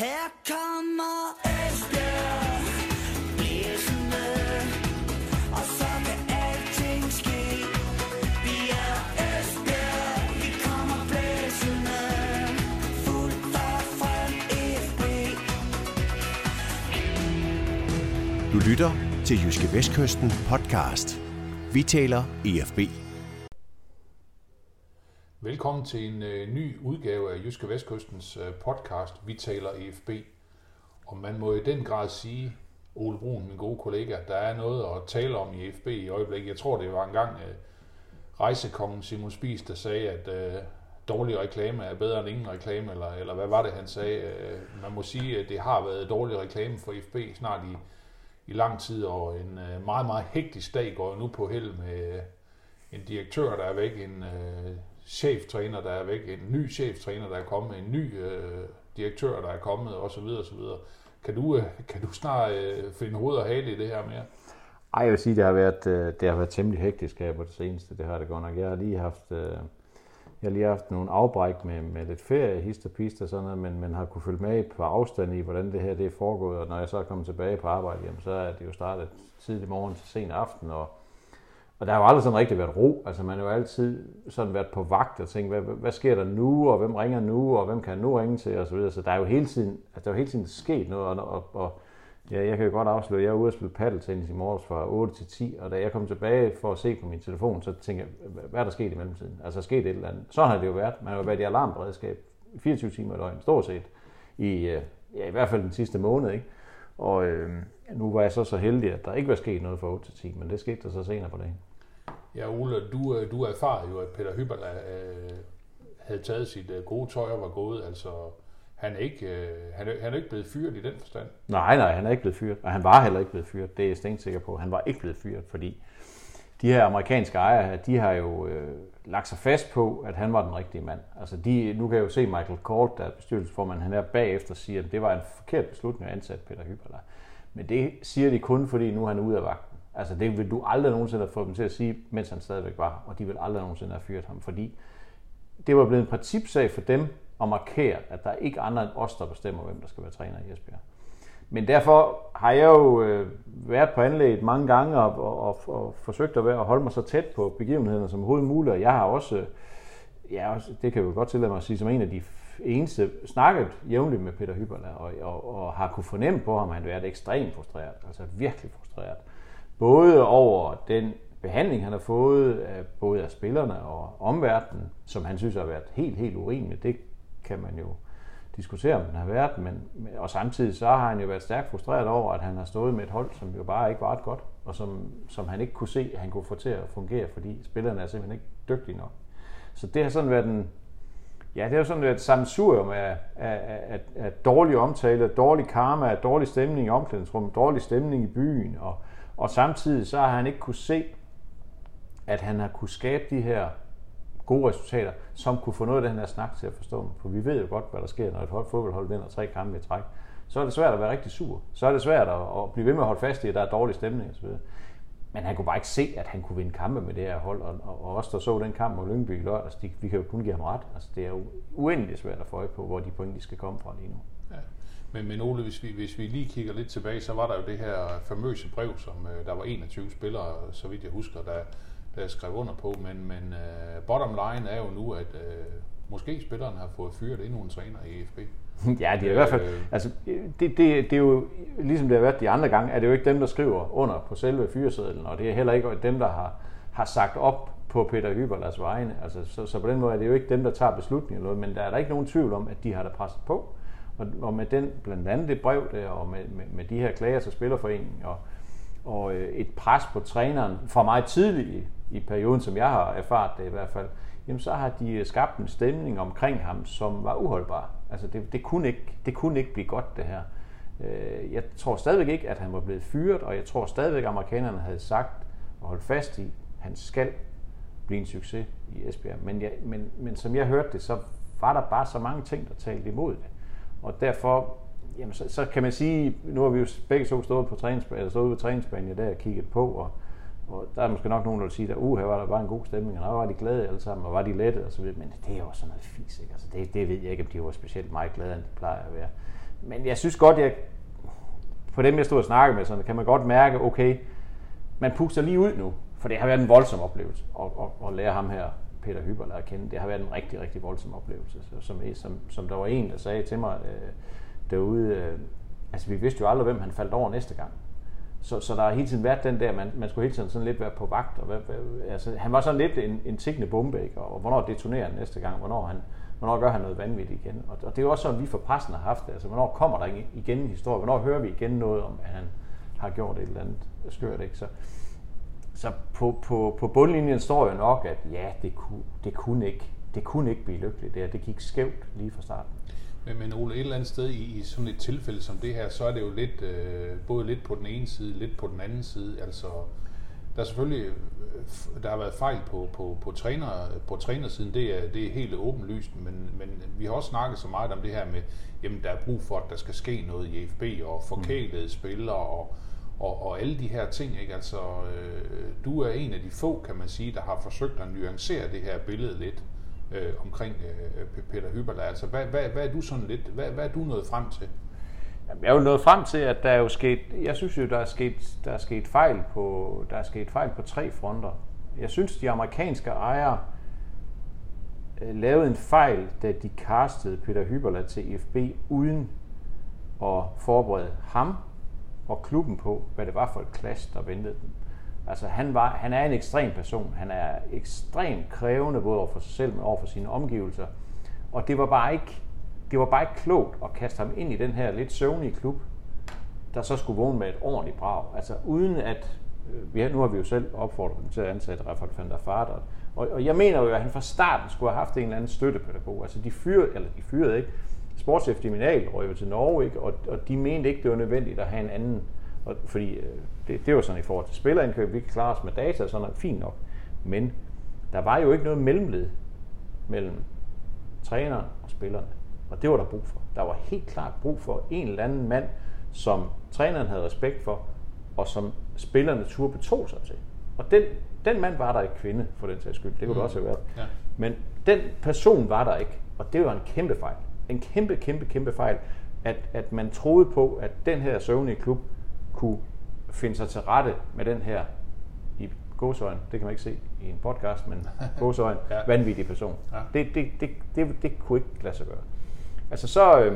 Her kommer Esbjerg blæsende, og så kan alting ske. Vi er Esbjerg, vi kommer blæsende, fuldt og frem FB. Du lytter til Jyske Vestkysten podcast. Vi taler EFB. Velkommen til en ny udgave af Jyske Vestkystens podcast, Vi taler EFB. Og man må i den grad sige, Ole Brun, min gode kollega, der er noget at tale om i EFB i øjeblikket. Jeg tror, det var engang rejsekongen Simon Spies, der sagde, at dårlig reklame er bedre end ingen reklame, eller hvad var det, han sagde? Man må sige, at det har været dårlig reklame for EFB snart i lang tid, og en meget, meget hektisk dag går nu på held med en direktør, der er væk, en cheftræner, der er væk, en ny cheftræner, der er kommet, en ny direktør, der er kommet, osv. osv. Kan du snart finde hoved og hale i det her mere? Ej, jeg vil sige, det har været temmelig hektisk her på det seneste. Det har det godt nok. Jeg har lige haft nogle afbræk med lidt ferie, hist og pist og sådan noget, men har kunne følge med på afstand i, hvordan det her det er foregået. Og når jeg så er kommet tilbage på arbejde, jamen, så er det jo startet tidlig morgen til sen aften, og der har jo aldrig sådan rigtig været ro. Altså man har jo altid sådan været på vagt og tænkt, hvad sker der nu, og hvem ringer nu, og hvem kan nu ringe til, og så videre. Så der er jo hele tiden sket noget, og ja, jeg kan jo godt afsløre, at jeg er ude at spille paddeltennis i morges fra 8 til 10, og da jeg kom tilbage for at se på min telefon, så tænkte jeg, hvad er der sket i mellemtiden? Altså sket et eller andet. Sådan har det jo været. Man har jo været i alarmberedskab 24 timer i døgnet, stort set, i hvert fald den sidste måned, ikke? Og nu var jeg så heldig, at der ikke var sket noget fra 8 til 10, men det skete der så senere på dagen. Ja, Ole, du erfarede jo, at Peter Hyberla havde taget sit gode tøj og var gået. Altså, han er ikke blevet fyret i den forstand. Nej, han er ikke blevet fyret, og han var heller ikke blevet fyret. Det er jeg stensikker på. Han var ikke blevet fyret, fordi de her amerikanske ejere, de har jo lagt sig fast på, at han var den rigtige mand. Altså, nu kan jeg jo se Michael Kort, der er bestyrelsesformand, han er bagefter siger, at det var en forkert beslutning at ansætte Peter Hyberla. Men det siger de kun, fordi nu er han ude af vagten. Altså det vil du aldrig nogensinde have fået dem til at sige, mens han stadigvæk var, og de vil aldrig nogensinde have fyret ham, fordi det var blevet en principsag for dem at markere, at der er ikke andre end os, der bestemmer, hvem der skal være træner i Esbjerg. Men derfor har jeg jo været på anlægget mange gange og forsøgt at holde mig så tæt på begivenhederne som overhovedet muligt, og jeg har også, det kan jeg jo godt tillade mig at sige, som en af de eneste snakket jævnligt med Peter Hyberla, og har kunne fornemme på ham, at han har været ekstremt frustreret, altså virkelig frustreret. Både over den behandling, han har fået, både af spillerne og omverdenen, som han synes har været helt, helt urimelig. Det kan man jo diskutere, om den har været, og samtidig så har han jo været stærkt frustreret over, at han har stået med et hold, som jo bare ikke var ret godt, og som han ikke kunne se, at han kunne få til at fungere, fordi spillerne er simpelthen ikke dygtige nok. Så det har sådan været et sammensurium af dårlig omtale, dårlig karma, dårlig stemning i omklædningsrummet, dårlig stemning i byen, og samtidig så har han ikke kunne se, at han har kunne skabe de her gode resultater, som kunne få noget af den her snak til at forstå. For vi ved jo godt, hvad der sker, når et fodboldhold vinder 3 kampe i træk. Så er det svært at være rigtig sur. Så er det svært at blive ved med at holde fast i, at der er dårlig stemning osv. Men han kunne bare ikke se, at han kunne vinde kampe med det her hold. Og os, der så den kamp mod Lyngby i lørdags, vi kan jo kun give ham ret. Altså, det er jo uendeligt svært at få øje på, hvor de point de skal komme fra lige nu. Ja. Men Ole, hvis vi lige kigger lidt tilbage, så var der jo det her famøse brev, som der var 21 spillere, så vidt jeg husker, der skrev under på. Men bottom line er jo nu, at måske spillerne har fået fyret endnu en træner i EFB. Ja, det er i hvert fald. Altså, det er jo, ligesom det har været de andre gange, er det jo ikke dem, der skriver under på selve fyresedlen, og det er heller ikke dem, der har sagt op på Peter Hyberlas vegne. Altså, så på den måde er det jo ikke dem, der tager beslutninger, men der er der ikke nogen tvivl om, at de har der presset på. Og med den, blandt andet det brev der, og med de her klager til Spillerforeningen, og et pres på træneren fra meget tidligt i perioden, som jeg har erfaret det i hvert fald, jamen så har de skabt en stemning omkring ham, som var uholdbar. Altså det kunne ikke blive godt det her. Jeg tror stadigvæk ikke, at han var blevet fyret, og jeg tror stadigvæk, at amerikanerne havde sagt og holdt fast i, at han skal blive en succes i Esbjerg. Men som jeg hørte det, så var der bare så mange ting, der talte imod det. Og derfor, jamen, så kan man sige, nu har vi jo begge to stået på træningsbanen der og kigget på, og der er måske nok nogen, der vil sige, at her var der bare en god stemning, og der var de glade alle sammen, og var de lette og så videre, men det er jo sådan noget fis, ikke? Altså det ved jeg ikke, om de var specielt meget glade, end de plejer at være. Men jeg synes godt, på dem, jeg stod og snakkede med, så kan man godt mærke, okay, man puster lige ud nu, for det har været en voldsom oplevelse at lære ham her, Peter Hyberl, at kende. Det har været en rigtig, rigtig voldsom oplevelse. Som der var en, der sagde til mig derude, altså vi vidste jo aldrig, hvem han faldt over næste gang. Så der har hele tiden været den der, man skulle hele tiden sådan lidt være på vagt. Altså, han var sådan lidt en tikkende bombe, ikke? Og hvornår detonerer han næste gang, hvornår gør han noget vanvittigt igen. Og det er jo også sådan, vi for pressen har haft det. Altså, hvornår kommer der igen en historie? Hvornår hører vi igen noget om, at han har gjort et eller andet skørt, ikke? Så på bundlinjen står jo nok, at ja, det kunne ikke blive lykkeligt. Det gik skævt lige fra starten. Men Ole, et eller andet sted i sådan et tilfælde som det her, så er det jo lidt, både lidt på den ene side, lidt på den anden side. Altså, der er selvfølgelig, der har været fejl på trænersiden, det er helt åbenlyst, men vi har også snakket så meget om det her med, jamen der er brug for, at der skal ske noget i FB, og forkælede spillere, og alle de her ting, ikke? Altså, du er en af de få, kan man sige, der har forsøgt at nuancere det her billede lidt omkring Peter Hyberl. Altså, hvad er du sådan lidt, hvad er du nået frem til? Jamen, jeg er jo nået frem til, at der er jo sket, jeg synes jo, der er sket fejl på 3 fronter. Jeg synes, de amerikanske ejere lavede en fejl, da de castede Peter Hyberl til IFB uden at forberede ham og klubben på, hvad det var for et clash, der ventede dem. Altså, han er en ekstrem person. Han er ekstremt krævende, både over for sig selv, men over for sine omgivelser. Og det var bare ikke klogt at kaste ham ind i den her lidt søvnige klub, der så skulle vågne med et ordentligt brag. Altså, uden at... Nu har vi jo selv opfordret dem til at ansætte Rafael van der Vaart. Og jeg mener jo, at han fra starten skulle have haft en eller anden støttepædagog. Altså, de fyrede ikke. Sportschef Diminal røg jo til Norge, ikke? Og de mente ikke, det var nødvendigt at have en anden... Fordi det var sådan i forhold til spillerindkøb, vi kan klare os med data og sådan noget, fint nok. Men der var jo ikke noget mellemled mellem træneren og spillerne. Og det var der brug for. Der var helt klart brug for en eller anden mand, som træneren havde respekt for, og som spillerne turde betro sig til. Og den mand var der ikke, kvinde for den sags skyld. Det kunne det også have været. Ja. Men den person var der ikke, og det var en kæmpe fejl. En kæmpe fejl, at man troede på, at den her søvnige klub kunne finde sig til rette med den her, i gåseøjne, det kan man ikke se i en podcast, men gåseøjne, vanvittig person. Ja. Det kunne ikke lade sig gøre. Altså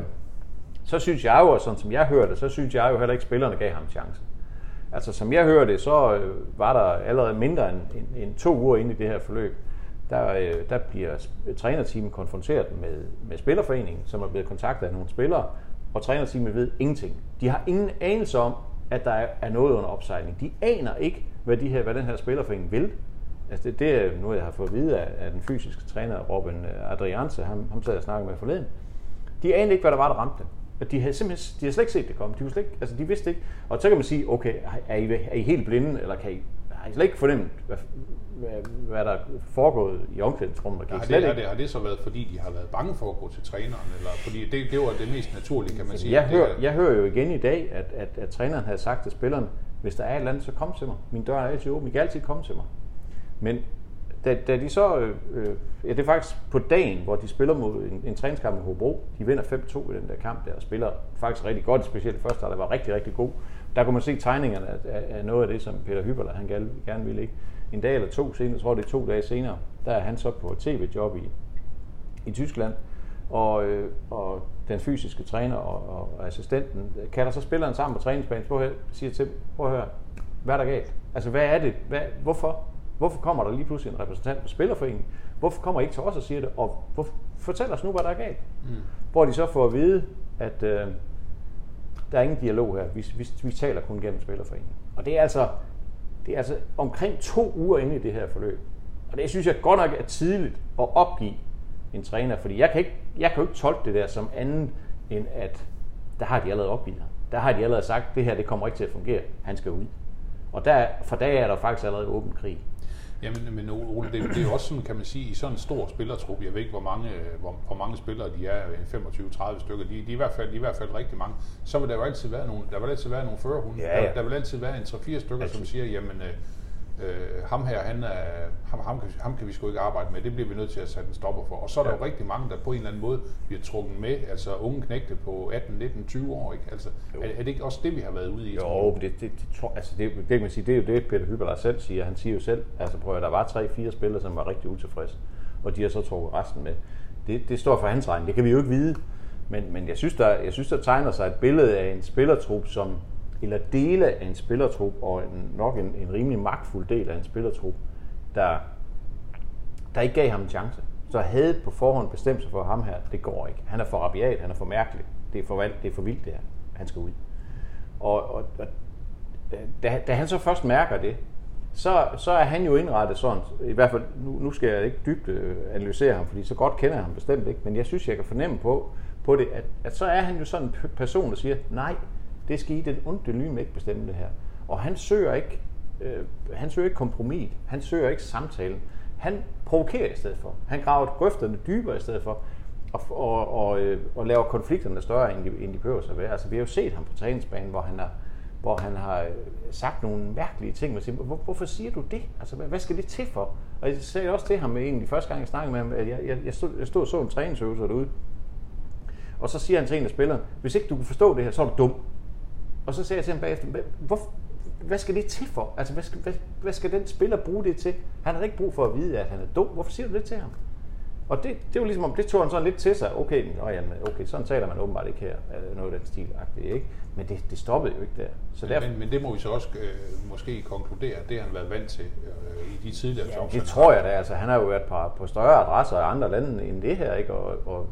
så synes jeg jo, og sådan som jeg hørte, så synes jeg jo heller ikke, spillerne gav ham chancen. Altså som jeg hørte, så var der allerede mindre end 2 uger inde i det her forløb, der bliver trænerteamet konfronteret med spillerforeningen, som er blevet kontaktet af nogle spillere, og trænerteamet ved ingenting. De har ingen anelse om, at der er noget under opsejling. De aner ikke, hvad den her spillerforening vil. Altså det er noget, jeg har fået at vide af den fysiske træner, Robin Adrianse, ham sad jeg snakkede med forleden. De anede ikke, hvad der var, der ramte dem. De havde slet ikke set det komme. De vidste ikke. Og så kan man sige, okay, er I helt blinde, eller har I slet ikke fornemt, hvad der er foregået i omklædningsrummet? Har det så været, fordi de har været bange for at gå til træneren? Eller fordi det var det mest naturlige, kan man sige? Jeg hører jo igen i dag, at træneren havde sagt til spillerne, hvis der er et eller andet, så kom til mig. Min dør er altid åben. I kan altid komme til mig. Men da de så... det er faktisk på dagen, hvor de spiller mod en træningskamp med Hobro. De vinder 5-2 i den der kamp der, og spiller faktisk rigtig godt, specielt det første, der var rigtig, rigtig god. Der kunne man se tegningerne af noget af det, som Peter Hyberl, han gerne ville, ikke. En dag eller 2 senere, jeg tror det er 2 dage senere, der er han så på tv-job i Tyskland, og den fysiske træner og assistenten kalder så spilleren sammen på træningsbanen, og siger til dem, prøv at høre, hvad er der galt? Altså hvad er det? Hvorfor kommer der lige pludselig en repræsentant på spillerforeningen? Hvorfor kommer I ikke til os og siger det? Og fortæl os nu, hvad der er galt. Hvor de så får at vide, at der er ingen dialog her. Vi taler kun gennem spillerforeningen. Og det er altså omkring 2 uger inde i det her forløb. Og det synes jeg godt nok er tidligt at opgive en træner, fordi jeg kan jo ikke tolke det der som anden end at der har de allerede opgivet. Der har de allerede sagt, det her det kommer ikke til at fungere. Han skal ud. Og fra dag er der faktisk allerede åben krig. Jamen, men Ole, det er jo også sådan, kan man sige, i sådan en stor spillertrup, jeg ved ikke, hvor mange spillere de er, 25-30 stykker, de er i hvert fald rigtig mange, så vil der jo altid være nogle førerhunde. Ja. Der vil altid være en 3-4 stykker, som siger, jamen, ham her, ham kan vi sgu ikke arbejde med, det bliver vi nødt til at sætte en stopper for. Og så er der jo rigtig mange, der på en eller anden måde bliver trukket med, altså unge knægte på 18, 19, 20 år, ikke? Altså, er det ikke også det, vi har været ude i? Jo, det kan man sige, det er jo det, Peter Hyberler selv siger. Han siger jo selv, altså prøv at der var 3-4 spillere, som var rigtig utilfredse, og de har så trukket resten med. Det står for hans regning, det kan vi jo ikke vide. Men jeg synes, der tegner sig et billede af en spillertrup, eller dele af en spillertrup, og nok en rimelig magtfuld del af en spillertrup, der ikke gav ham en chance. Så havde på forhånd bestemt sig for ham her, det går ikke. Han er for rabiat, han er for mærkelig. Det er for vildt det her. Han skal ud. Og da han så først mærker det, så er han jo indrettet sådan, i hvert fald, nu skal jeg ikke dybt analysere ham, fordi så godt kender jeg ham bestemt ikke, men jeg synes, jeg kan fornemme på det, at så er han jo sådan en person, der siger, nej, det skal I den onde lyn ikke bestemme det her. Og han søger ikke kompromis, han søger ikke samtalen. Han provokerer i stedet for. Han graver grøfterne dybere i stedet for, og laver konflikterne større, end de behøver at være. Altså, vi har jo set ham på træningsbanen, hvor han har sagt nogle mærkelige ting. Man siger, hvorfor siger du det? Altså, hvad skal det til for? Og jeg sagde også til ham egentlig første gang, jeg snakkede med ham, at jeg stod og så en træningsøvelse derude. Og så siger han til en af spillerne, hvis ikke du kan forstå det her, så er du dum. Og så sagde jeg til ham bagefter, hvad skal det til for? Altså, hvad skal den spiller bruge det til? Han har ikke brug for at vide, at han er dum. Hvorfor siger du det til ham? Og det var ligesom om, det tog han sådan lidt til sig. Okay, sådan taler man åbenbart ikke her. Noget af den stil-agtigt, ikke? Men det stoppede jo ikke der. Så men det må vi så også måske konkludere, det har han været vant til i de tidligere jobs. Det tror jeg da. Altså, han har jo været på større adresser i andre lande end det her, ikke?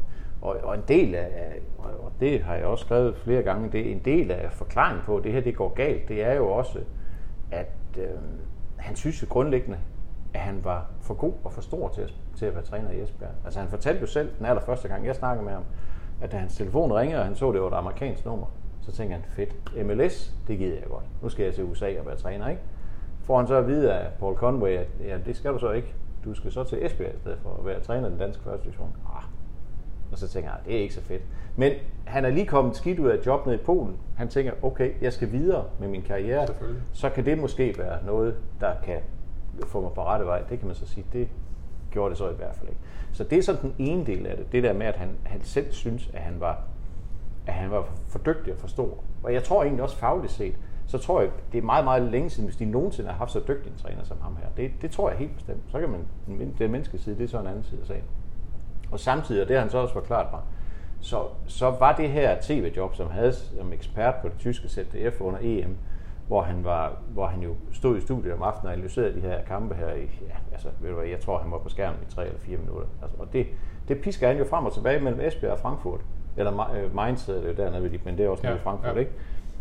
Og en del af, og det har jeg også skrevet flere gange, det er en del af forklaringen på, at det her det går galt, det er jo også, at han synes jo grundlæggende, at han var for god og for stor til at være træner i Esbjerg. Altså han fortalte jo selv den allerførste gang, jeg snakkede med ham, at da hans telefon ringer, og han så det var et amerikansk nummer, så tænker han, fedt, MLS, det gider jeg godt. Nu skal jeg til USA og være træner, ikke? Får han så at vide af Paul Conway, at ja, det skal du så ikke. Du skal så til Esbjerg i stedet for at være træner i den danske første division. Og så tænker jeg, det er ikke så fedt. Men han er lige kommet skidt ud af et job nede i Polen. Han tænker, okay, jeg skal videre med min karriere. Så kan det måske være noget, der kan få mig på rette vej. Det kan man så sige, det gjorde det så i hvert fald ikke. Så det er sådan den ene del af det. Det der med, at han selv synes, at han var for dygtig og for stor. Og jeg tror egentlig også fagligt set, så tror jeg, det er meget, meget længe siden, hvis de nogensinde har haft så dygtig en træner som ham her. Det tror jeg helt bestemt. Så kan man, det menneskelige side, det er så en anden side af sagen. Og samtidig, og det har han så også forklaret mig, så var det her tv-job, som havde som ekspert på det tyske ZDF under EM, hvor han jo stod i studiet om aftenen og analyserede de her kampe her i, ved du hvad, jeg tror han var på skærmen i 3 eller 4 minutter. Altså, og det pisker han jo frem og tilbage mellem Esbjerg og Frankfurt. Eller Mainz hedder det jo dernede ved de, men det er også nede i Frankfurt, ikke?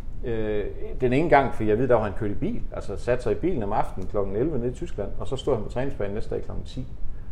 Den ene gang, for jeg ved, der var han kørt i bil, altså satte sig i bilen om aftenen kl. 11 nede i Tyskland, og så stod han på træningsbanen næste dag kl. 10.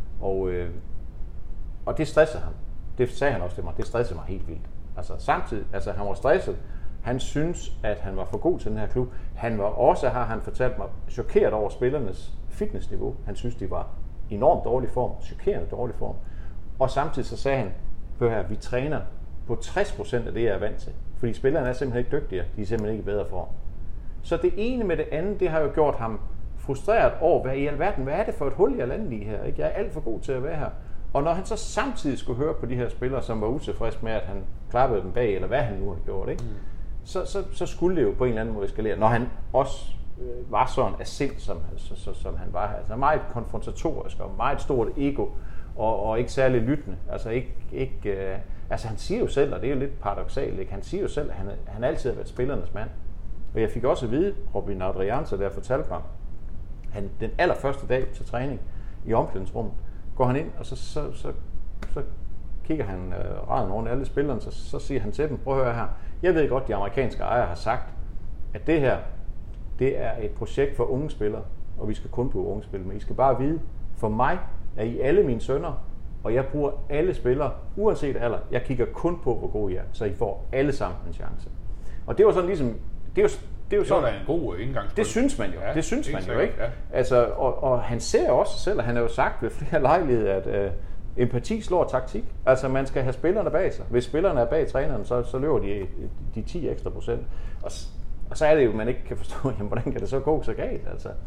Og det stressede ham. Det sagde han også til mig. Det stressede mig helt vildt. Altså samtidig, han var stresset. Han synes, at han var for god til den her klub. Han var også, har han fortalt mig, chokeret over spillernes fitnessniveau. Han synes, de var enormt dårlig form, chokerende dårlig form. Og samtidig så sagde han, hør her, vi træner på 60% af det, jeg er vant til. Fordi spillerne er simpelthen ikke dygtigere. De er simpelthen ikke bedre form. Så det ene med det andet, det har jo gjort ham frustreret over, hvad i alverden, hvad er det for et hul, jeg lander i her? Ikke? Jeg er alt for god til at være her. Og når han så samtidig skulle høre på de her spillere, som var utilfreds med, at han klappede dem bag, eller hvad han nu har gjort, ikke? Så skulle det jo på en eller anden måde eskalere. Når han også var sådan af sind, som han var her. Altså meget konfrontatorisk og meget stort ego, og ikke særlig lyttende. Altså altså han siger jo selv, og det er jo lidt paradoksalt, ikke? Han siger jo selv, at han altid har været spillernes mand. Og jeg fik også at vide, Robin Adrianza der fortalte mig, han den allerførste dag til træning i omklædningsrummet, går han ind, og så kigger han raden over alle spillerne, så siger han til dem, prøv at høre her, jeg ved godt, de amerikanske ejere har sagt, at det her, det er et projekt for unge spillere, og vi skal kun bruge unge spillere, men I skal bare vide, for mig er I alle mine sønner, og jeg bruger alle spillere, uanset alder, jeg kigger kun på, hvor gode I er, så I får alle sammen en chance. Og det var sådan ligesom, det er jo sådan, en god indgangspunkt. Det synes man jo. Ja, det synes man jo ikke. Ja. Altså, og han ser også selv, at han har jo sagt ved flere lejligheder, at empati slår taktik. Altså man skal have spillerne bag sig. Hvis spillerne er bag træneren, så løber de 10 ekstra %. Og så er det jo, man ikke kan forstå, jamen, hvordan kan det så gå så galt? Altså,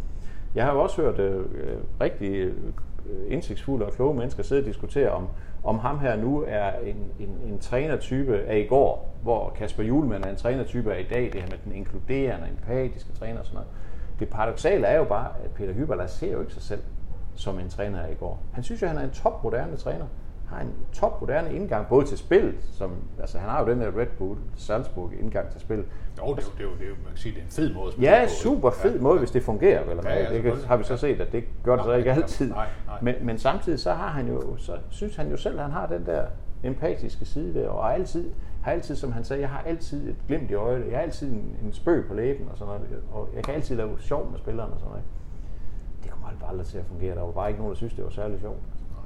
Jeg har jo også hørt rigtig indsigtsfulde og kloge mennesker sidde og diskutere om ham her nu er en trænertype af i går, hvor Kasper Hjulmand er en trænertype af i dag, det her med den inkluderende, empatiske træner og sådan noget. Det paradoksale er jo bare, at Peter Hyberla ser jo ikke sig selv som en træner af i går. Han synes jo, han er en topmoderne træner. Har en topmoderne indgang, både til spil, som, altså han har jo den der Red Bull Salzburg indgang til spil. Jo, det er jo, man kan sige, det er en fed måde at spille ja, på. super fed måde, hvis det fungerer, vel? Det har vi så set, at det gør det så ikke altid. Nej. Men samtidig så har han jo, så synes han jo selv, at han har den der empatiske side der, og har altid, som han sagde, jeg har altid et glimt i øjet, jeg har altid en spøg på læben og sådan noget, og jeg kan altid lave sjov med spillerne og sådan noget. Det kommer aldrig til at fungere, der var bare ikke nogen, der synes, det var særlig sjovt.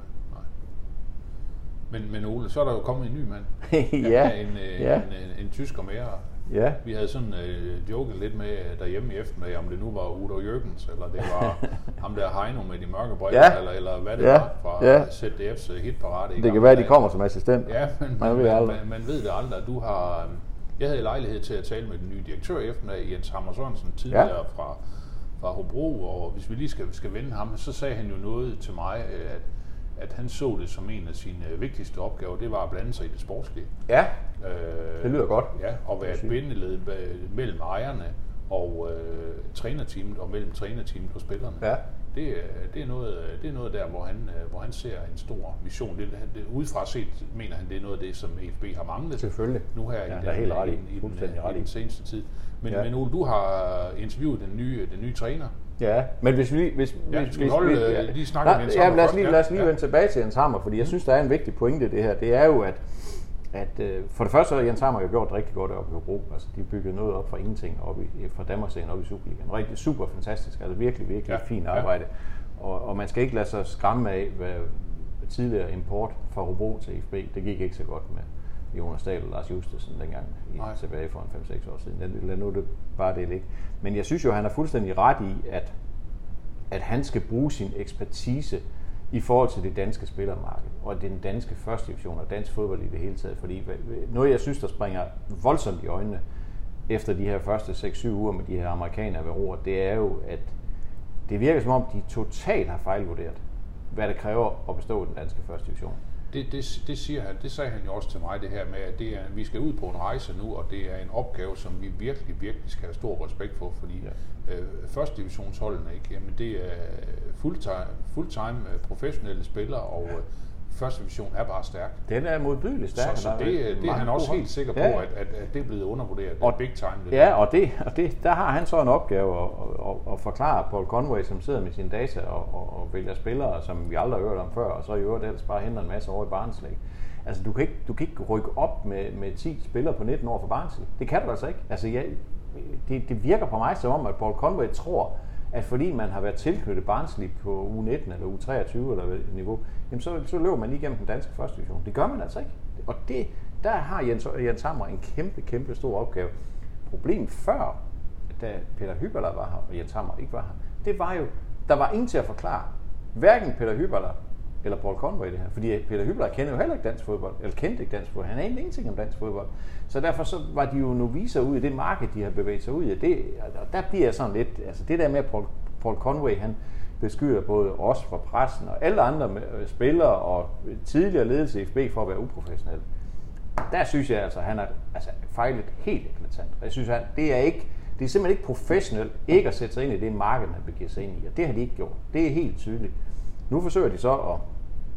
Men Ole, så er der jo kommet en ny mand. En tysker mere. Ja. Vi havde sådan joket lidt med derhjemme i eftermiddag, om det nu var Udo Jürgens, eller det var ham der Heino med de mørke briller, eller hvad det var fra ZDF's hitparade. Det kan være, at de kommer som assistent. Ja, men man ved det aldrig. Jeg havde lejlighed til at tale med den nye direktør i eftermiddag, Jens Hammer Sørensen, tidligere fra Hobro, og hvis vi lige skal vende ham, så sagde han jo noget til mig, at han så det som en af sine vigtigste opgaver, det var at blande sig i det sportslige. Ja, det lyder godt. Ja, og være et bindeled mellem ejerne og trænerteamet, og mellem trænerteamet og spillerne. Ja. Det er noget der, hvor han ser en stor vision. Udefra set mener han, det er noget af det, som EFB har manglet. Selvfølgelig. Nu her i den seneste tid. Men Ole, du har interviewet den nye træner. Ja, men hvis vi lige snakker om Jens Hammer. Lad os lige vende tilbage til Jens Hammer, fordi jeg synes, der er en vigtig pointe i det her. Det er jo, at for det første har Jens Hammer jo gjort rigtig godt op i Hobro. Altså, de byggede noget op fra ingenting fra Danmarksserien op i Superligaen. Rigtig super fantastisk, altså virkelig fint arbejde. Og man skal ikke lade sig skræmme af, hvad tidligere import fra Hobro til FB, det gik ikke så godt med Jonas Dahl og Lars Justesen dengang tilbage for 5-6 år siden. Lad nu det bare det ligge. Men jeg synes jo, han er fuldstændig ret i, at han skal bruge sin ekspertise i forhold til det danske spillermarked, og den danske første division og dansk fodbold i det hele taget. Fordi noget, jeg synes, der springer voldsomt i øjnene efter de her første 6-7 uger med de her amerikanere ved roret, det er jo, at det virker som om, de totalt har fejlvurderet, hvad det kræver at bestå den danske første division. Det sagde han jo også til mig, det her med, at vi skal ud på en rejse nu, og det er en opgave, som vi virkelig skal have stor respekt for, fordi første divisionsholdene, ikke? Jamen, det er fulltime professionelle spillere, og første division er bare stærk. Den er modbydeligt stærk. Så det er han også helt sikker på, at det er blevet undervurderet. Og big time. Og der har han så en opgave at forklare Paul Conway, som sidder med sine data og vælger spillere, som vi aldrig har hørt om før, og så i øvrigt ellers bare henter en masse over i Barnsley. Altså, du kan ikke rykke op med 10 spillere på 19 år for Barnsley. Det kan du altså ikke. Altså, det virker på mig som om, at Paul Conway tror, at fordi man har været tilknyttet Barnsley på U19 eller U23 eller niveau, jamen så løber man lige igennem den danske første division. Det gør man altså ikke. Og der har Jens Hammer en kæmpe stor opgave. Problemet før, da Peter Hyberla var her, og Jens Hammer ikke var her, det var jo, der var ingen til at forklare, hverken Peter Hyberla eller Paul Conway det her. Fordi Peter Hyberla kender jo heller ikke dansk fodbold, eller kendte ikke dansk fodbold. Han anede ingenting om dansk fodbold. Så derfor så var de jo noviser ud i det marked, de har bevæget sig ud i. Og der bliver sådan lidt, altså det der med, at Paul Conway, han beskylder både os fra pressen og alle andre spillere og tidligere ledelse i FB for at være uprofessionel. Der synes jeg altså, han har fejlet helt eklatant. Jeg synes, det er simpelthen ikke professionelt ikke at sætte sig ind i det marked, man begiver sig ind i. Og det har de ikke gjort. Det er helt tydeligt. Nu forsøger de så at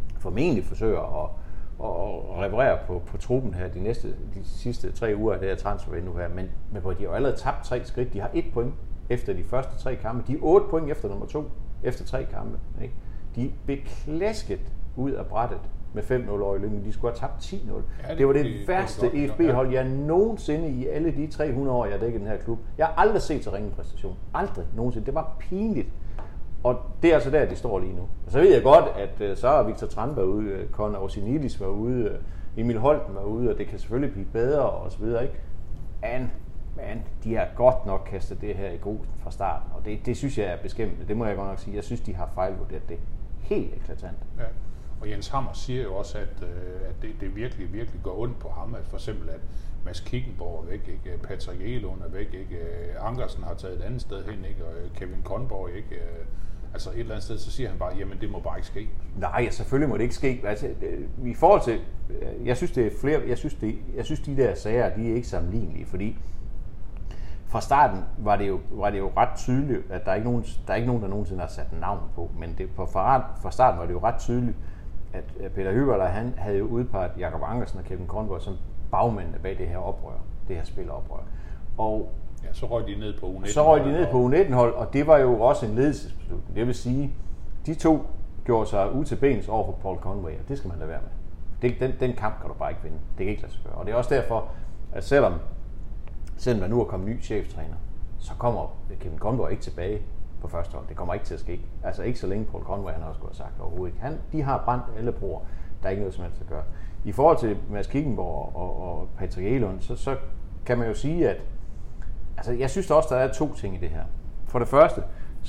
reparere på truppen her de sidste 3 uger af det her transfervindue her, men hvor de har jo allerede tabt 3 skridt. De har 1 point efter de første 3 kampe. De er 8 point efter nummer 2 efter 3 kampe. Ikke? De blev klasket ud af brættet med 5-0 over i Lyngby. De skulle have tabt 10-0. Ja, det var det værste EFB-hold, jeg nogensinde i alle de 300 år, jeg har dækket den her klub. Jeg har aldrig set så ringe en præstation. Aldrig nogensinde. Det var pinligt. Og det er altså der, de står lige nu. Og så ved jeg godt, at så er Victor Tranberg ude, Conor Osinidis var ude, Emil Holten var ude, og det kan selvfølgelig blive bedre og så videre, ikke? Men de har godt nok kastet det her i grusen fra starten, og det synes jeg er beskæmmende. Det må jeg godt nok sige. Jeg synes, de har fejlvurderet det helt eklatant. Ja. Og Jens Hammer siger jo også, at det virkelig går ondt på ham, at for eksempel, at Mads Kickenborg er væk, ikke? Patrick Egelund er væk, ikke? Ankersen har taget et andet sted hen, ikke? Og Kevin Conborg, ikke? Altså et eller andet sted, så siger han bare, jamen det må bare ikke ske. Nej, selvfølgelig må det ikke ske. Altså, i forhold til, jeg synes, det er flere, jeg synes de der sager, de er ikke sammenlignelige, fordi fra starten var det jo ret tydeligt, at der er ikke nogen, der nogensinde har sat navn på, men fra starten var det jo ret tydeligt, at Peter Hyberler, han havde jo udpeget Jakob Ankersen og Kevin Conborg som bagmændene bag det her oprør, det her spiloprør. Og ja, så røg de ned på U19. Så røg de ned på U19-hold, og det var jo også en ledelsesbeslutning. Det vil sige, de to gjorde sig ud til bens over for Paul Conway, og det skal man da være med. Den kamp kan du bare ikke vinde. Det kan ikke lade sig gøre. Og det er også derfor, at selvom der nu er kommet ny cheftræner, så kommer Kevin Conway ikke tilbage på første hold. Det kommer ikke til at ske. Altså ikke så længe Paul Conway, han også skulle have sagt overhovedet ikke. De har brændt alle broer. Der er ikke noget som helst at gøre. I forhold til Mads Kickenborg og Patrick Egelund, så kan man jo sige, at altså, jeg synes også, der er to ting i det her. For det første,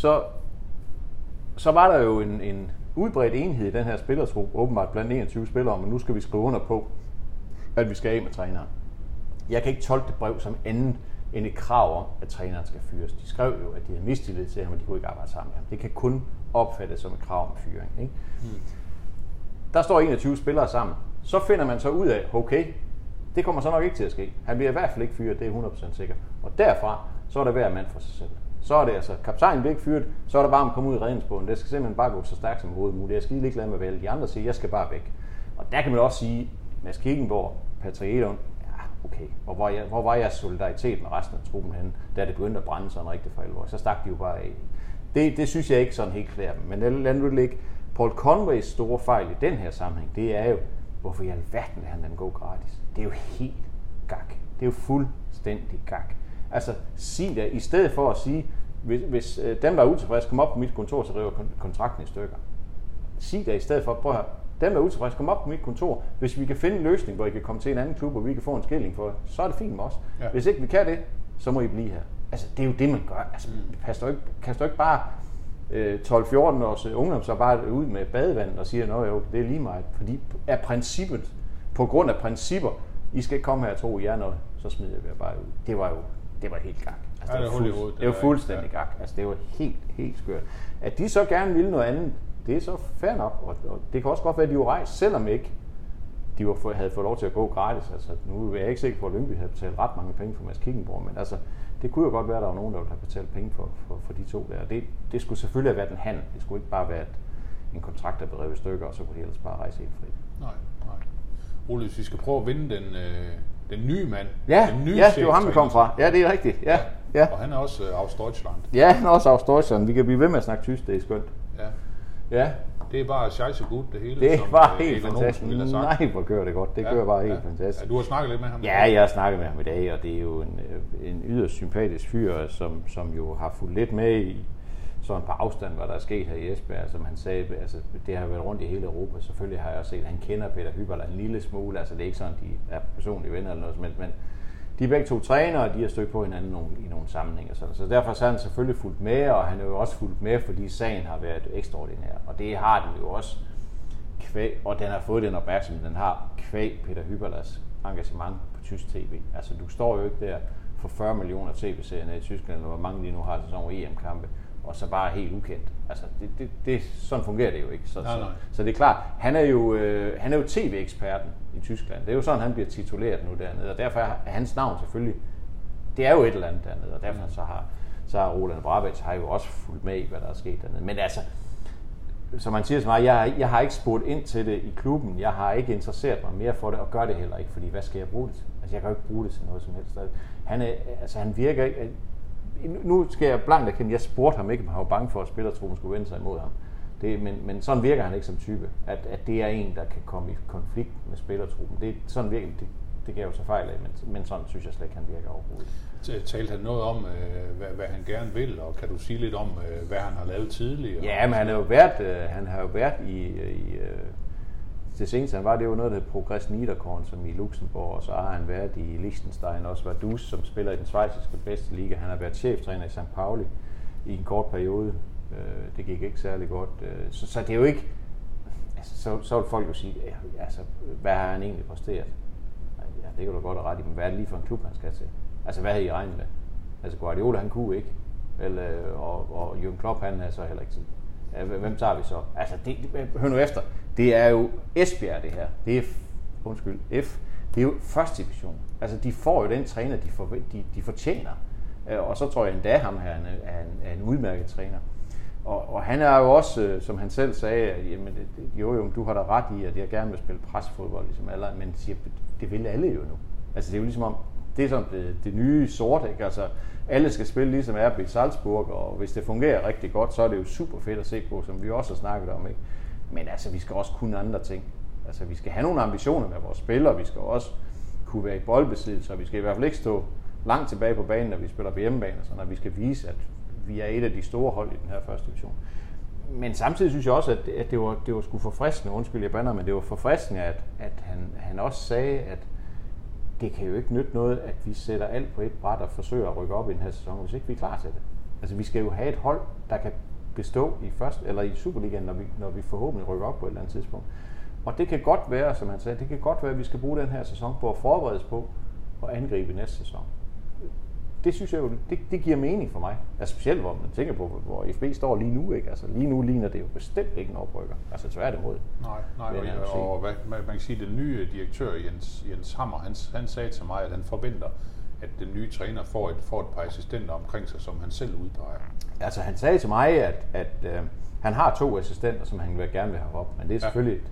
så var der jo en udbredt enhed i den her spillertrup, åbenbart blandt 21 spillere, men nu skal vi skrive under på, at vi skal af med træneren. Jeg kan ikke tolke det brev som andet end et krav om, at træneren skal fyres. De skrev jo, at de havde mistillid til ham, og de kunne ikke arbejde sammen med ham. Det kan kun opfattes som et krav om fyring. Ikke? Der står 21 spillere sammen. Så finder man så ud af, okay, det kommer så nok ikke til at ske. Han bliver i hvert fald ikke fyret, det er 100% sikkert. Og derfra, så er der hver mand for sig selv. Så er det altså, kaptajnen bliver ikke fyret, så er der bare at komme ud i redningsbåden. Det skal simpelthen bare gå så stærkt som overhovedet muligt. Jeg skal ikke lade med, hvad de andre siger, jeg skal bare væk. Og der kan man også sige, Mads Kickenborg, Patrick Egelund, ja, okay, hvor var jeg solidaritet med resten af truppen henne, da det begyndte at brænde sådan rigtig for alvor. Så stak de jo bare af. Det synes jeg ikke sådan helt klæder dem. Men lad nu ligge. Paul Conways store fejl i den her sammenhæng, det er jo, hvorfor i alverden lader han den gå gratis? Det er jo helt gak. Det er jo fuldstændig gak. Altså, sig det, i stedet for at sige, hvis dem, der er utilfredse, kommer op på mit kontor, så river kontrakten i stykker. Sig det i stedet for, prøv at høre, dem, der er utilfredse, kommer op på mit kontor. Hvis vi kan finde en løsning, hvor I kan komme til en anden klub, og vi kan få en skilling for, så er det fint med os. Ja. Hvis ikke vi kan det, så må I blive her. Altså, det er jo det, man gør. Altså, kaster ikke bare 12-14 års ungdomsarbejde ud med badevand og siger, jo, det er lige meget. Fordi af princippet, på grund af principper, I skal ikke komme her og tro, I er noget, så smider jeg bare ud. Det var helt gak. Altså, det var fuldstændig gak. Altså, det var helt skørt. At de så gerne ville noget andet, det er så fair nok. Og det kan også godt være, at de var rejst, selvom ikke de havde fået lov til at gå gratis. Altså, nu er jeg ikke sikker på, at Lyngby havde betalt ret mange penge for Mads Kickenborg, men altså, det kunne jo godt være, at der var nogen, der ville have betalt penge for de to der. Det skulle selvfølgelig have været en handel. Det skulle ikke bare være en kontrakt, der blev revet i stykker, og så kunne de ellers bare rejse helt frit. Nej. Ole, hvis vi skal prøve at vinde den nye mand. Ja, det var ham, vi kom fra. Ja, det er rigtigt. Ja. Og han er også aus Deutschland. Ja, han er også aus Deutschland. Vi kan blive ved med at snakke tysk, det er skønt. Ja. Det er bare scheisse gut, det hele. Det var helt fantastisk. Nej, hvor kører det godt. Det kører bare helt fantastisk. Ja, du har snakket lidt med ham? Ja, jeg har snakket med ham i dag, og det er jo en yderst sympatisk fyr, som jo har fulgt lidt med i sådan på afstand, hvad der er sket her i Esbjerg. Som han sagde, altså, det har været rundt i hele Europa. Selvfølgelig har jeg også set, at han kender Peter Hyberler en lille smule. Altså, det er ikke sådan, de er personlige venner eller noget, men de er begge to trænere, og de har stødt på hinanden i nogle sammenhænge. Så derfor så er han selvfølgelig fulgt med, og han er jo også fulgt med, fordi sagen har været ekstraordinær. Og det har den jo også kvæg, og den har fået den opmærksomhed, den har kvæg Peter Hyberlers engagement på tysk tv. Altså du står jo ikke der for 40 millioner tv-serier i Tyskland, og hvor mange lige nu har sådan nogle EM-kampe, og så bare helt ukendt. Altså sådan fungerer det jo ikke. Så det er klart, han er jo tv-eksperten i Tyskland. Det er jo sådan, han bliver tituleret nu dernede, og derfor er hans navn selvfølgelig, det er jo et eller andet dernede, og derfor så har Roland Brabec har jo også fulgt med i, hvad der er sket dernede. Men altså, som man siger til mig, jeg har ikke spurgt ind til det i klubben, jeg har ikke interesseret mig mere for det, og gør det heller ikke, fordi hvad skal jeg bruge det til? Altså, jeg kan jo ikke bruge det til noget som helst. Han virker ikke. Nu skal jeg blankt erkende, jeg spurgte ham ikke, om han var bange for, at spillertruppen skulle vende sig imod ham. Men sådan virker han ikke som type, at det er en, der kan komme i konflikt med spillertruppen. Sådan virker det kan jeg jo så fejl af, men sådan synes jeg slet ikke, han virker overhovedet. Talte han noget om, hvad han gerne vil, og kan du sige lidt om, hvad han har lavet tidligere? Ja, men han har jo været i det seneste, han var det jo noget, der hed Progress Niederkorn, som i Luxembourg, og så har han været i Liechtenstein, også Vaduz, som spiller i den schweiziske bedste liga. Han har været cheftræner i St. Pauli i en kort periode. Det gik ikke særlig godt. Så det er jo ikke, altså, så vil folk jo sige, altså, hvad har han egentlig præsteret? det kan du godt have ret i, men hvad er det lige for en klub, han skal til? Altså, hvad havde I regnet med? Altså, Guardiola, han kunne ikke. Og Jürgen Klopp, han havde så heller ikke tid. Hvem tager vi så? Altså, hør nu efter. Det er jo Esbjerg, det her. Det er, det er jo første division. Altså, de får jo den træner, de fortjener. Og så tror jeg endda, ham her er en udmærket træner. Og han er jo også, som han selv sagde, at jamen, jo, du har da ret i, at jeg gerne vil spille presfodbold, ligesom alle, men siger, det vil alle jo nu. Altså, det er jo ligesom om, det er sådan det nye sort, ikke? Altså, alle skal spille ligesom RB Salzburg, og hvis det fungerer rigtig godt, så er det jo super fedt at se på, som vi også har snakket om, ikke? Men altså, vi skal også kunne andre ting. Altså, vi skal have nogle ambitioner med vores spillere, vi skal også kunne være i boldbesiddelse, og vi skal i hvert fald ikke stå langt tilbage på banen, når vi spiller på hjemmebane, så når vi skal vise, at vi er et af de store hold i den her første division. Men samtidig synes jeg også, at det var sgu forfriskende, undskyld jeg bander, men det var forfriskende, at han også sagde, at det kan jo ikke nytte noget, at vi sætter alt på et bræt og forsøger at rykke op i den her sæson, hvis ikke vi er klar til det. Altså vi skal jo have et hold, der kan bestå i Superligaen, når vi forhåbentlig rykker op på et eller andet tidspunkt. Og det kan godt være, som han sagde, det kan godt være, at vi skal bruge den her sæson på at forberedes på at angribe næste sæson. Det synes jeg jo, det giver mening for mig. Altså specielt, hvor man tænker på, hvor FB står lige nu, ikke? Altså lige nu ligner det jo bestemt ikke en oprykker. Altså tværtimod. Nej, og hvad man kan sige, den nye direktør, Jens Hammer, han sagde til mig, at han forventer, at den nye træner får et par assistenter omkring sig, som han selv udpeger. Altså han sagde til mig, at han har 2 assistenter, som han gerne vil have op, men det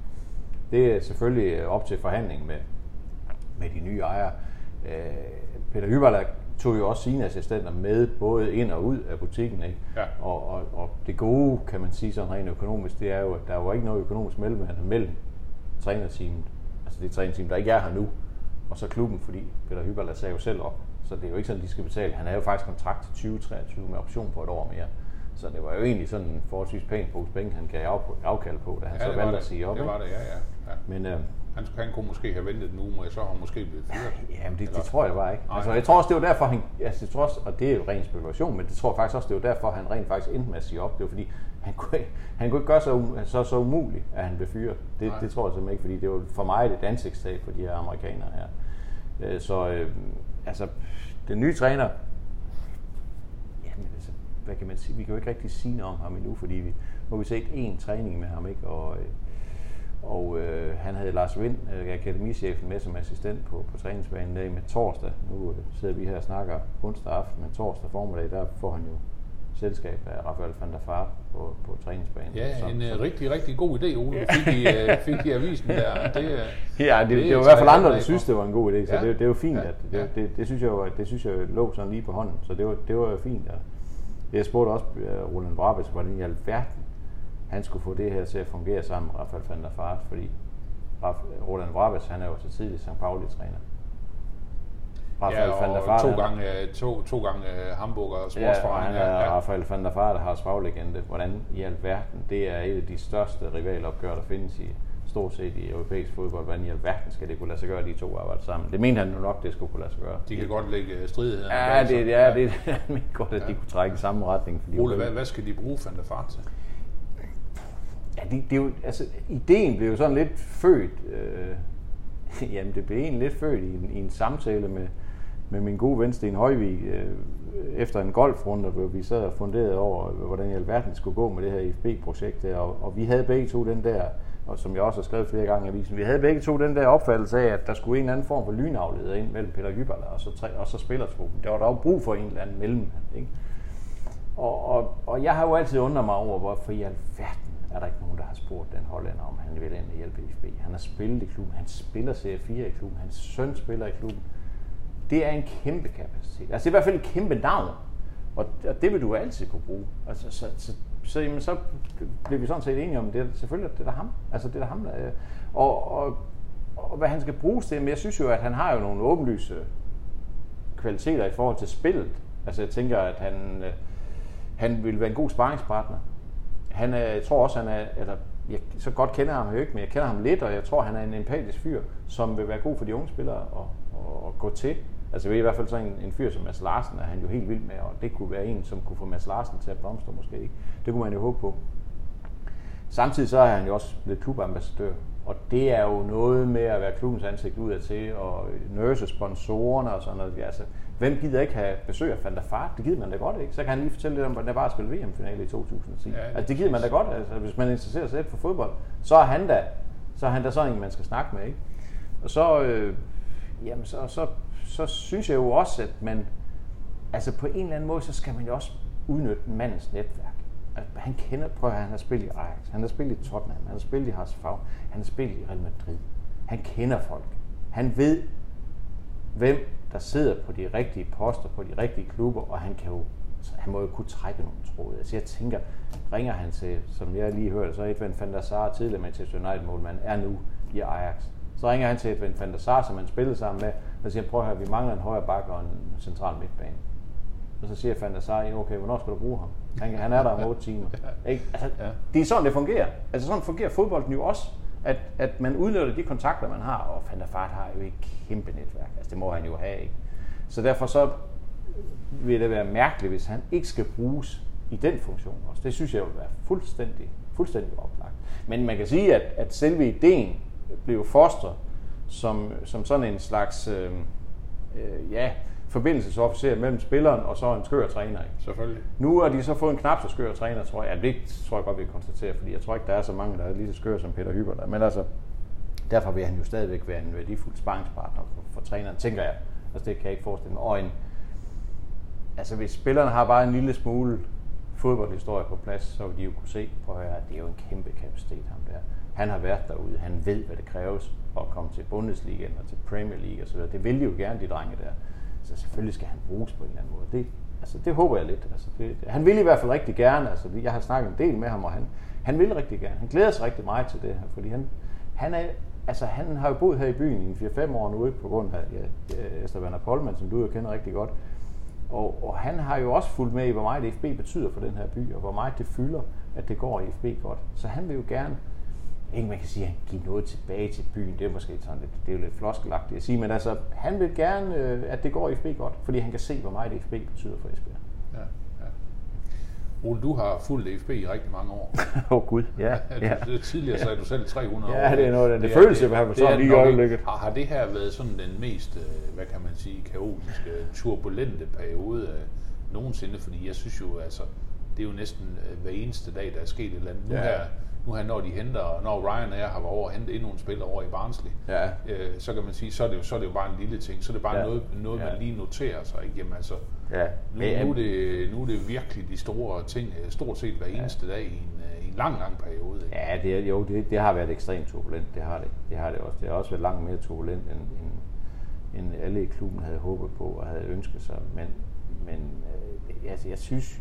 er selvfølgelig op til forhandling med de nye ejere. Peter Hyberler tog jo også sine assistenter med, både ind og ud af butikken, ikke? Ja. Og det gode, kan man sige sådan rent økonomisk, det er jo, at der var ikke noget økonomisk mellem trænerteamet, altså det trænerteam, der ikke er her nu, og så klubben, fordi Peter Hyberler sagde jo selv op, så det er jo ikke sådan, de skal betale. Han havde jo faktisk kontrakt til 2023 med option på et år mere, så det var jo egentlig sådan en forholdsvis pæn pose penge, han gav afkald på, da han så valgte at sige op. Det var det, ja. Men han kunne måske have ventet en uge, og så har han måske blevet fyret. Jamen det tror jeg bare ikke. Altså, jeg tror også, det var derfor, og det er jo ren spekulation, men det tror jeg faktisk også, det var derfor, han rent faktisk endte med at sige op. Det var fordi, han kunne ikke gøre så umuligt, at han blev fyret. Det tror jeg simpelthen ikke, fordi det var for mig et ansigtstab for de her amerikanere her. Altså, den nye træner, jamen altså, hvad kan man sige? Vi kan jo ikke rigtig sige noget om ham endnu, fordi nu har vi set 1 træning med ham, ikke? Og han havde Lars Vind, akademichefen, med som assistent på træningsbanen med torsdag. Nu sidder vi her og snakker onsdag aften, men torsdag formiddag, der får han jo selskab af Rafael van der Vaart på træningsbanen. Ja, en rigtig, rigtig god idé, Ole. Fik I avisen der. Det var i hvert fald andre, der synes, det var en god idé, så det er jo fint. Det synes jeg lå sådan lige på hånden, så det var jo fint. Jeg spurgte også Roland Brabes, hvordan i alverden han skulle få det her til at fungere sammen med Rafael van der Vaart, fordi Roland Brabes, han er jo så tidlig St. Pauli-træner. Rafael van der Vaart, to gange Hamburger sportsforening. Rafael van der Vaart har svaglegende. Hvordan i alverden, det er et af de største rivalopgør, der findes i stort set i europæisk fodbold. Hvordan i alverden skal det kunne lade sig gøre, de 2 arbejder sammen? Det mente han jo nok, det skulle kunne lade sig gøre. De kan godt lægge stridigheder. Ja, det er godt, at de kunne trække i samme retning. Ole, hvad skal de bruge van der Vaart til? Ja, det er jo, altså, ideen blev jo sådan lidt født, jamen det blev egentlig lidt født i en samtale med min gode ven Sten Højvig, efter en golfrunde, hvor vi sad og funderede over, hvordan i alverden det skulle gå med det her IFB-projekt der, og vi havde begge to den der, og som jeg også har skrevet flere gange i avisen, vi havde begge to den der opfattelse af, at der skulle en eller anden form for lynafleder ind mellem Peter Hyberler og så spillertruppen. Der var brug for en eller anden mellem, ikke? Og jeg har jo altid undret mig over, hvorfor i alverden er der ikke nogen, der har spurgt den hollænder, om han vil ind og hjælpe FB. Han har spillet i klubben, han spiller Serie 4 i klubben, hans søn spiller i klubben. Det er en kæmpe kapacitet. Altså det er i hvert fald et kæmpe navn, og det vil du altid kunne bruge. Altså, så bliver vi sådan set enige om, det selvfølgelig det er ham. Altså det er ham, der, og hvad han skal bruges til, men jeg synes jo, at han har jo nogle åbenlyse kvaliteter i forhold til spillet. Altså jeg tænker, at han vil være en god sparringspartner. Jeg tror også, så godt kender jeg ham jo ikke, men jeg kender ham lidt, og jeg tror, han er en empatisk fyr, som vil være god for de unge spillere at gå til. Altså i hvert fald sådan en fyr som Mads Larsen er han jo helt vild med, og det kunne være en, som kunne få Mads Larsen til at blomstre måske ikke. Det kunne man jo håbe på. Samtidig så er han jo også blevet klubambassadør Og det er jo noget med at være klubbens ansigt udadtil og nurse sponsorerne og sådan noget. Altså, hvem gider ikke have besøg af Van der Vaart? Det gider man da godt, ikke? Så kan han lige fortælle lidt om, hvordan det var at spille VM-finale i 2010. Ja, altså, det gider man da godt. Altså, hvis man interesserer sig lidt for fodbold, så er han da sådan en, man skal snakke med, ikke? Og så synes jeg jo også, at man, altså på en eller anden måde, så skal man jo også udnytte mandens netværk. Han kender, prøv at han har spillet i Ajax, han har spillet i Tottenham, han har spillet i HSV, han har spillet i Real Madrid. Han kender folk. Han ved, hvem der sidder på de rigtige poster, på de rigtige klubber, og han må jo kunne trække nogle tråde. Altså jeg tænker, ringer han til, som jeg lige hørte, så Edwin van der Sar, tidligere Manchester United-målmand, er nu i Ajax. Så ringer han til Edwin van der Sar, som han spillede sammen med, og siger, prøv at høre, vi mangler en højre back og en central midtbane. Og så siger Van der Sar, okay, hvornår skal du bruge ham? Han er der om 8 timer. Ikke? Altså, det er sådan, det fungerer. Altså sådan fungerer fodbolden jo også, at man udnytter de kontakter, man har, og Van der Vaart har jo et kæmpe netværk. Altså det må han jo have, ikke? Så derfor så vil det være mærkeligt, hvis han ikke skal bruges i den funktion også. Det synes jeg vil være fuldstændig oplagt. Men man kan sige, at selve ideen blev fostret som sådan en slags forbindelsesofficer mellem spilleren og så en skør træner. Ikke? Selvfølgelig. Nu har de så fået en knap så skør træner, tror jeg. Det tror jeg godt, vi kan konstatere, fordi jeg tror ikke, der er så mange, der er lige så skør som Peter Hüber der. Men altså, derfor vil han jo stadigvæk være en værdifuld sparringspartner for træneren, tænker jeg. Altså det kan jeg ikke forestille mig. Og altså hvis spillerne har bare en lille smule fodboldhistorie på plads, så vil de jo kunne se på, at det er jo en kæmpe kapacitet, ham der. Han har været derude, han ved, hvad det kræves at komme til Bundesligaen og til Premier League osv. Det vil de jo gerne, de drenge der. Så selvfølgelig skal han bruges på en eller anden måde. Det håber jeg lidt. Altså han vil i hvert fald rigtig gerne. Altså, jeg har snakket en del med ham, og han vil rigtig gerne. Han glæder sig rigtig meget til det her, fordi han har jo boet her i byen i 4-5 år nu, ikke, på grund af Esther Werner Pollmann, som du jo kender rigtig godt. Og han har jo også fulgt med i, hvor meget FB betyder for den her by, og hvor meget det fylder, at det går i FB godt. Så han vil jo gerne, ikke man kan sige, at han giver noget tilbage til byen, det er måske sådan lidt, det er jo lidt floskelagtigt at sige, men altså, han vil gerne, at det går i FB godt, fordi han kan se, hvor meget FB betyder for Esbjerg. Ja. Ole, du har fulgt FB i rigtig mange år. Gud, ja. Tidligere sagde du selv 300 år. Ja, det er noget af det føles i hvert fald sådan lige i øjeblikket. Har det her været sådan den mest, hvad kan man sige, kaotiske, turbulente periode nogensinde? Fordi jeg synes jo, altså, det er jo næsten hver eneste dag, der er sket et eller andet. Nu her, når Ryan og jeg har været over og hentet endnu en spiller over i Barnsley, så kan man sige, så er det jo bare en lille ting. Så er det bare noget man lige noterer sig. Ikke? Jamen, altså, nu er det virkelig de store ting, stort set hver eneste dag i en lang periode. Ikke? Ja, det har været ekstremt turbulent. Det har det også. Det har også været langt mere turbulent, end alle i klubben havde håbet på og havde ønsket sig. Men jeg synes,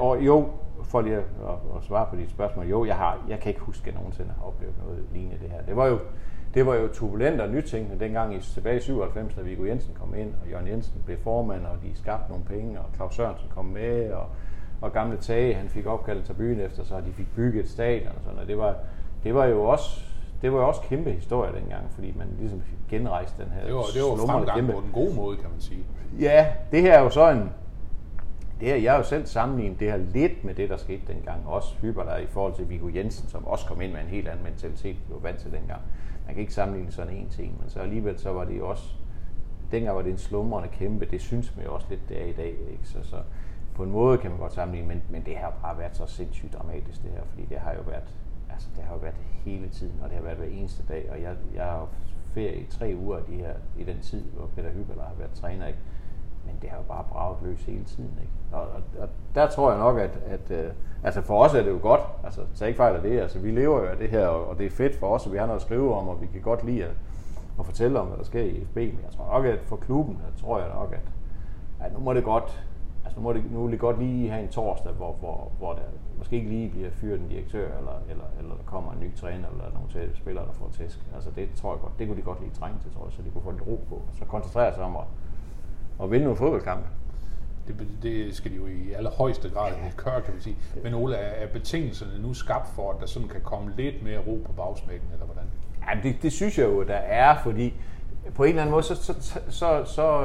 for lige at svare på dit spørgsmål, jeg kan ikke huske, at jeg nogensinde har oplevet noget lignende det her. Det var jo turbulent og nytænkende dengang tilbage i 97, da Viggo Jensen kom ind, og Jørgen Jensen blev formand, og de skabte nogle penge, og Claus Sørensen kom med, og gamle Tage, han fik opkaldt til byen efter, så de fik bygget et stadion og sådan, og det var jo også kæmpe historie dengang, fordi man ligesom fik genrejst den her. Det var fremgang på den gode måde, kan man sige. Ja, det her er jo så jeg har jo selv sammenlignet det her lidt med det, der skete dengang. Også Hüber der i forhold til Viggo Jensen, som også kom ind med en helt anden mentalitet, vi var vant til dengang. Man kan ikke sammenligne sådan en til en, men så alligevel så var det jo også, dengang var det en slumrende kæmpe, det synes man jo også lidt, det er i dag. Ikke? Så på en måde kan man godt sammenligne, men det har bare været så sindssygt dramatisk det her, fordi det har jo været hele tiden, og det har været hver eneste dag, og jeg har ferie i 3 uger i den tid, hvor Peter Hüber har været træner, ikke? Men det har jo bare braget løs hele tiden, ikke? Og der tror jeg nok, at for os er det jo godt, altså tag ikke fejl af det, altså vi lever jo af det her, og det er fedt for os, og vi har noget at skrive om, og vi kan godt lide at fortælle om, hvad der sker i FB, men jeg tror nok, at for klubben, at nu må det godt, altså nu vil det godt lige have en torsdag, hvor der måske ikke lige bliver fyret en direktør, eller der kommer en ny træner, eller nogle spillere, der får tæsk. Altså det tror jeg godt, det kunne de godt lige trænge til, tror jeg, så de kunne få lidt ro på, og så koncentrere sig om at vinde nogle fodboldkampe. Det skal de jo i allerhøjeste grad gøre, kan vi sige. Men Ole, er betingelserne nu skabt for, at der sådan kan komme lidt mere ro på bagsmækken, eller hvordan? Ja, det synes jeg jo, der er, fordi på en eller anden måde, så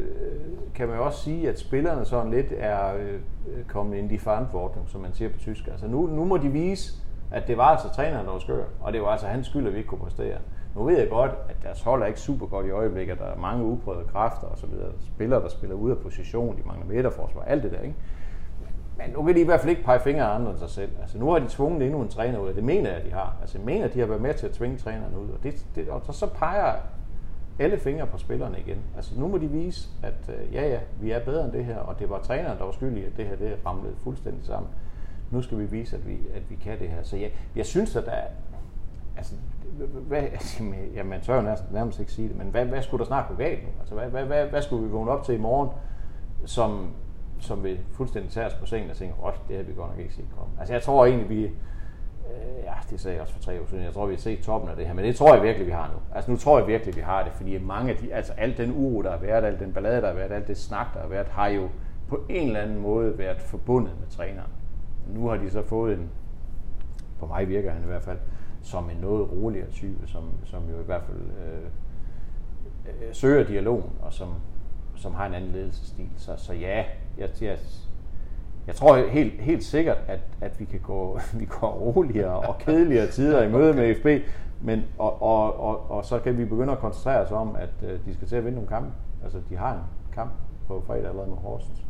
kan man jo også sige, at spillerne sådan lidt er kommet ind i verantwortung, som man siger på tysk. Altså nu må de vise, At det var altså træneren, der var skør, og det var altså hans skyld, at vi ikke kunne præstere. Nu ved jeg godt, at deres hold er ikke super godt i øjeblikket, der er mange uprøvede kræfter og så videre. Spillere, der spiller ude af position, de mangler midterforsvar, alt det der, ikke? Men nu kan de i hvert fald ikke pege fingre af andre end sig selv. Altså nu har de tvunget endnu en træner ud, og det mener jeg, at de har. Altså jeg mener, at de har været med til at tvinge træneren ud, og så peger alle fingre på spillerne igen. Altså nu må de vise, at vi er bedre end det her, og det var træneren, der var skyldig, at det her det ramlede fuldstændig sammen. Nu skal vi vise, at vi kan det her. Så jeg synes, at der er... Altså, man tør jo nærmest ikke sige det, men hvad skulle der snart gå galt nu? Altså, hvad skulle vi vågne op til i morgen, som vil fuldstændig tage os på sengen og tænke, det har vi godt nok ikke set komme. Altså, jeg tror egentlig, det sagde jeg også for 3 år siden, jeg tror, vi har set toppen af det her, men det tror jeg virkelig, vi har nu. Altså, nu tror jeg virkelig, vi har det, fordi mange af de, altså al den uro, der har været, al den ballade, der har været, alt det snak, der har været, har jo på en eller anden måde været forbundet med træneren. Nu har de så fået en, på mig virker han i hvert fald, som en noget roligere type, som jo i hvert fald søger dialogen, og som har en anden ledelsesstil. Så ja, jeg tror helt sikkert, at vi går roligere og kedeligere tider i møde med FB, men og så kan vi begynde at koncentrere os om, at de skal til at vinde nogle kampe. Altså, de har en kamp på fredag allerede med Horsens.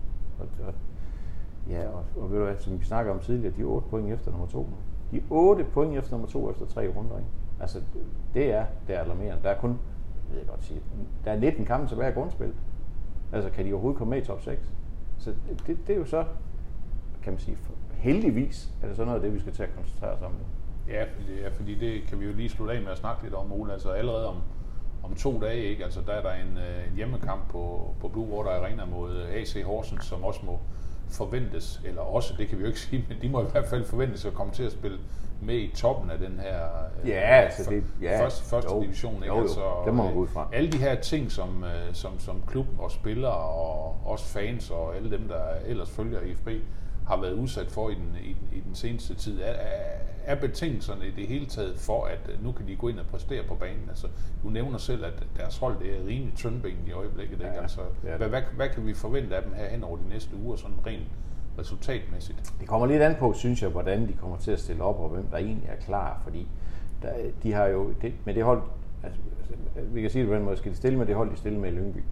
Og ved du hvad, som vi snakker om tidligere, de er 8 point efter nummer 2 nu. De er 8 point efter nummer 2 efter 3 runder, ikke? Altså, det er alarmerende. Der er kun, jeg ved godt sige, der er 19 kampe tilbage af grundspillet. Altså, kan de overhovedet komme med i top 6? Så det er jo så, kan man sige, heldigvis er det så noget af det, vi skal til at koncentrere os om nu. Ja, fordi det kan vi jo lige slutte af med at snakke lidt om, Ole. Altså allerede om 2 dage, ikke? Altså, der er der en hjemmekamp på Blue Water Arena mod AC Horsens, som også må forventes, eller også, det kan vi jo ikke sige, men de må i hvert fald forventes at komme til at spille med i toppen af den her første division. Ikke? Jo, altså, det må man gå ud fra. Alle de her ting, som klub og spillere og også fans og alle dem, der ellers følger IFB, har været udsat for i den seneste tid, er betingelserne i det hele taget for, at nu kan de gå ind og præstere på banen. Altså, du nævner selv, at deres hold det er rimelig tyndbenet i øjeblikket. Ikke? Altså, hvad kan vi forvente af dem her hen over de næste uger, sådan rent resultatmæssigt? Det kommer lidt an på, synes jeg, hvordan de kommer til at stille op, og hvem der egentlig er klar, fordi de har jo, med det hold, altså, vi kan sige det på den måde, skal de stille med det hold, de stille med i Lyngby.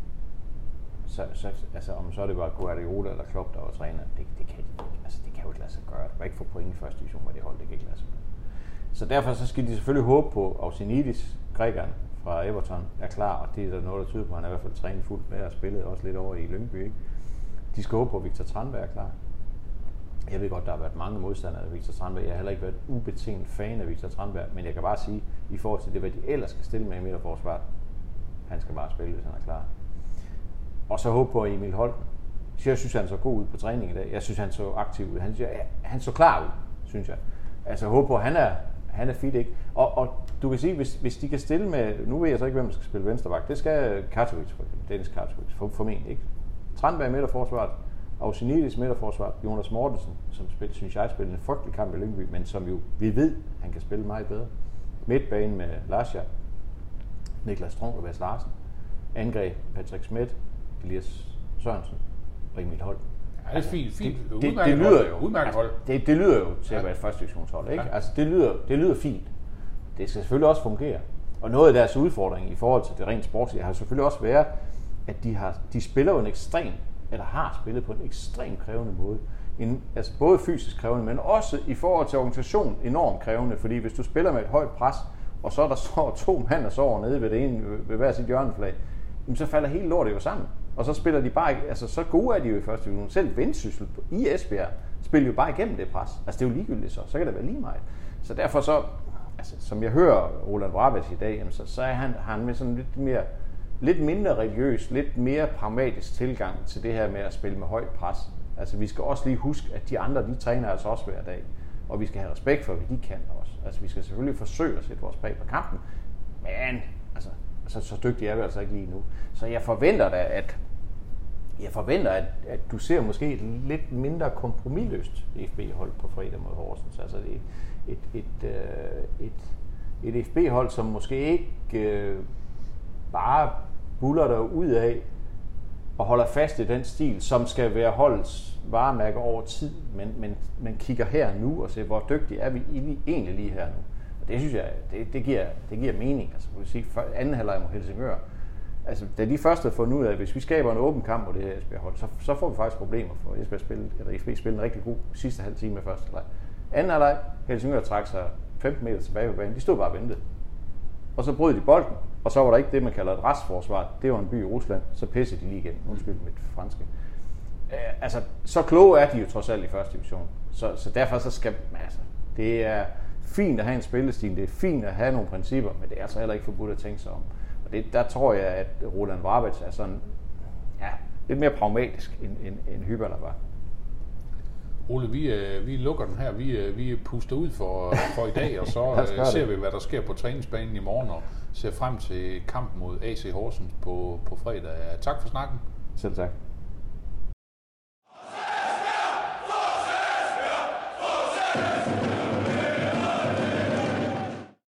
Så er det bare Guardiola eller Klopp, der var træner. Det kan de ikke. Altså, det kan jo ikke lade sig gøre. Du kan ikke få point i første division med det hold, det kan ikke lade sig gøre. Så derfor så skal de selvfølgelig håbe på, at Ausinidis, grækeren fra Everton, er klar, og det er der noget, der tyder på, at han er i hvert fald trænet fuldt med og spillet også lidt over i Lyngby. Ikke? De skal håbe på, at Victor Tranberg er klar. Jeg ved godt, der har været mange modstandere af Victor Tranberg. Jeg har heller ikke været ubetinget fan af Victor Tranberg, men jeg kan bare sige, i forhold til det, hvad de ellers skal stille med i midterforsvaret, han skal bare spille, hvis han er klar. Og så håbe på Emil Holten. Jeg synes, han så god ud på træning i dag. Jeg synes, han så aktiv ud. Han så klar ud, synes jeg. Altså håbe på, at han er fit, ikke? Og du kan sige, hvis de kan stille med... Nu ved jeg så ikke, hvem der skal spille venstreback. Det skal Kartovic, for eksempel. Dennis Kartovic, formentlig, ikke? Tranberg i midterforsvaret, Ausinidis midterforsvaret, Jonas Mortensen, som synes jeg spiller en frygtelig kamp i Lyngby, men som jo vi ved, han kan spille meget bedre. Midtbane med Lasja, Niklas Strunk og Vas Larsen. Angreb Patrick Schmidt, Elias Sørensen og Emil Holten. Ja, det er fint. Udmærket hold. Det lyder jo til at være et første divisionshold, ikke? Ja. Altså det lyder fint. Det skal selvfølgelig også fungere. Og noget af deres udfordring i forhold til det rent sportslige har selvfølgelig også været, at de spiller jo har spillet på en ekstremt krævende måde. Altså både fysisk krævende, men også i forhold til organisation enormt krævende, fordi hvis du spiller med et højt pres, og så er der så 2 mand og sover nede ved det ene, ved hver sit hjørneflag, så falder hele lortet jo sammen. Og så spiller de bare, altså så gode er de jo i første division. Selv Vendsyssel i Esbjerg spiller jo bare igennem det pres. Altså det er jo ligegyldigt så kan det være lige meget. Så derfor så, altså som jeg hører Roland Brabec i dag, jamen, så er han med sådan lidt mindre religiøs, lidt mere pragmatisk tilgang til det her med at spille med højt pres. Altså vi skal også lige huske, at de andre, de træner altså også hver dag. Og vi skal have respekt for, hvad de kan også. Altså vi skal selvfølgelig forsøge at sætte vores bag på kampen. Men altså så dygtig er vi altså ikke lige nu. Så jeg forventer da, at du ser måske et lidt mindre kompromisløst FB-hold på fredag mod Horsens. Altså et FB-hold, som måske ikke bare buller der ud af og holder fast i den stil, som skal være holdets varemærke over tid, men kigger her nu og ser, hvor dygtige er vi egentlig lige her nu. Og det synes jeg, det giver mening. Altså, vil sige, anden halvleg mod Helsingør. Altså, da de først havde fundet ud af, at hvis vi skaber en åben kamp på det her Esbjerg-hold, så får vi faktisk problemer for Esbjerg spille en rigtig god sidste halv time af første halvleg. Anden halvleg, Helsingør trak sig 15 meter tilbage på banen. De stod bare og ventede. Og så brød de bolden, og så var der ikke det, man kalder et restforsvar. Det var en by i Rusland. Så pissede de lige igen. Undskyld mit franske. Altså, så kloge er de jo trods alt i første division. Så derfor så skal det er fint at have en spillestil, det er fint at have nogle principper, men det er altså heller ikke forbudt at tænke sig om. Og der tror jeg, at Roland Vrabets er sådan, lidt mere pragmatisk end Hyberler var. Ole, vi lukker den her. Vi puster ud for i dag, og så ser vi, hvad der sker på træningsbanen i morgen, og ser frem til kampen mod AC Horsens på fredag. Tak for snakken. Selv tak.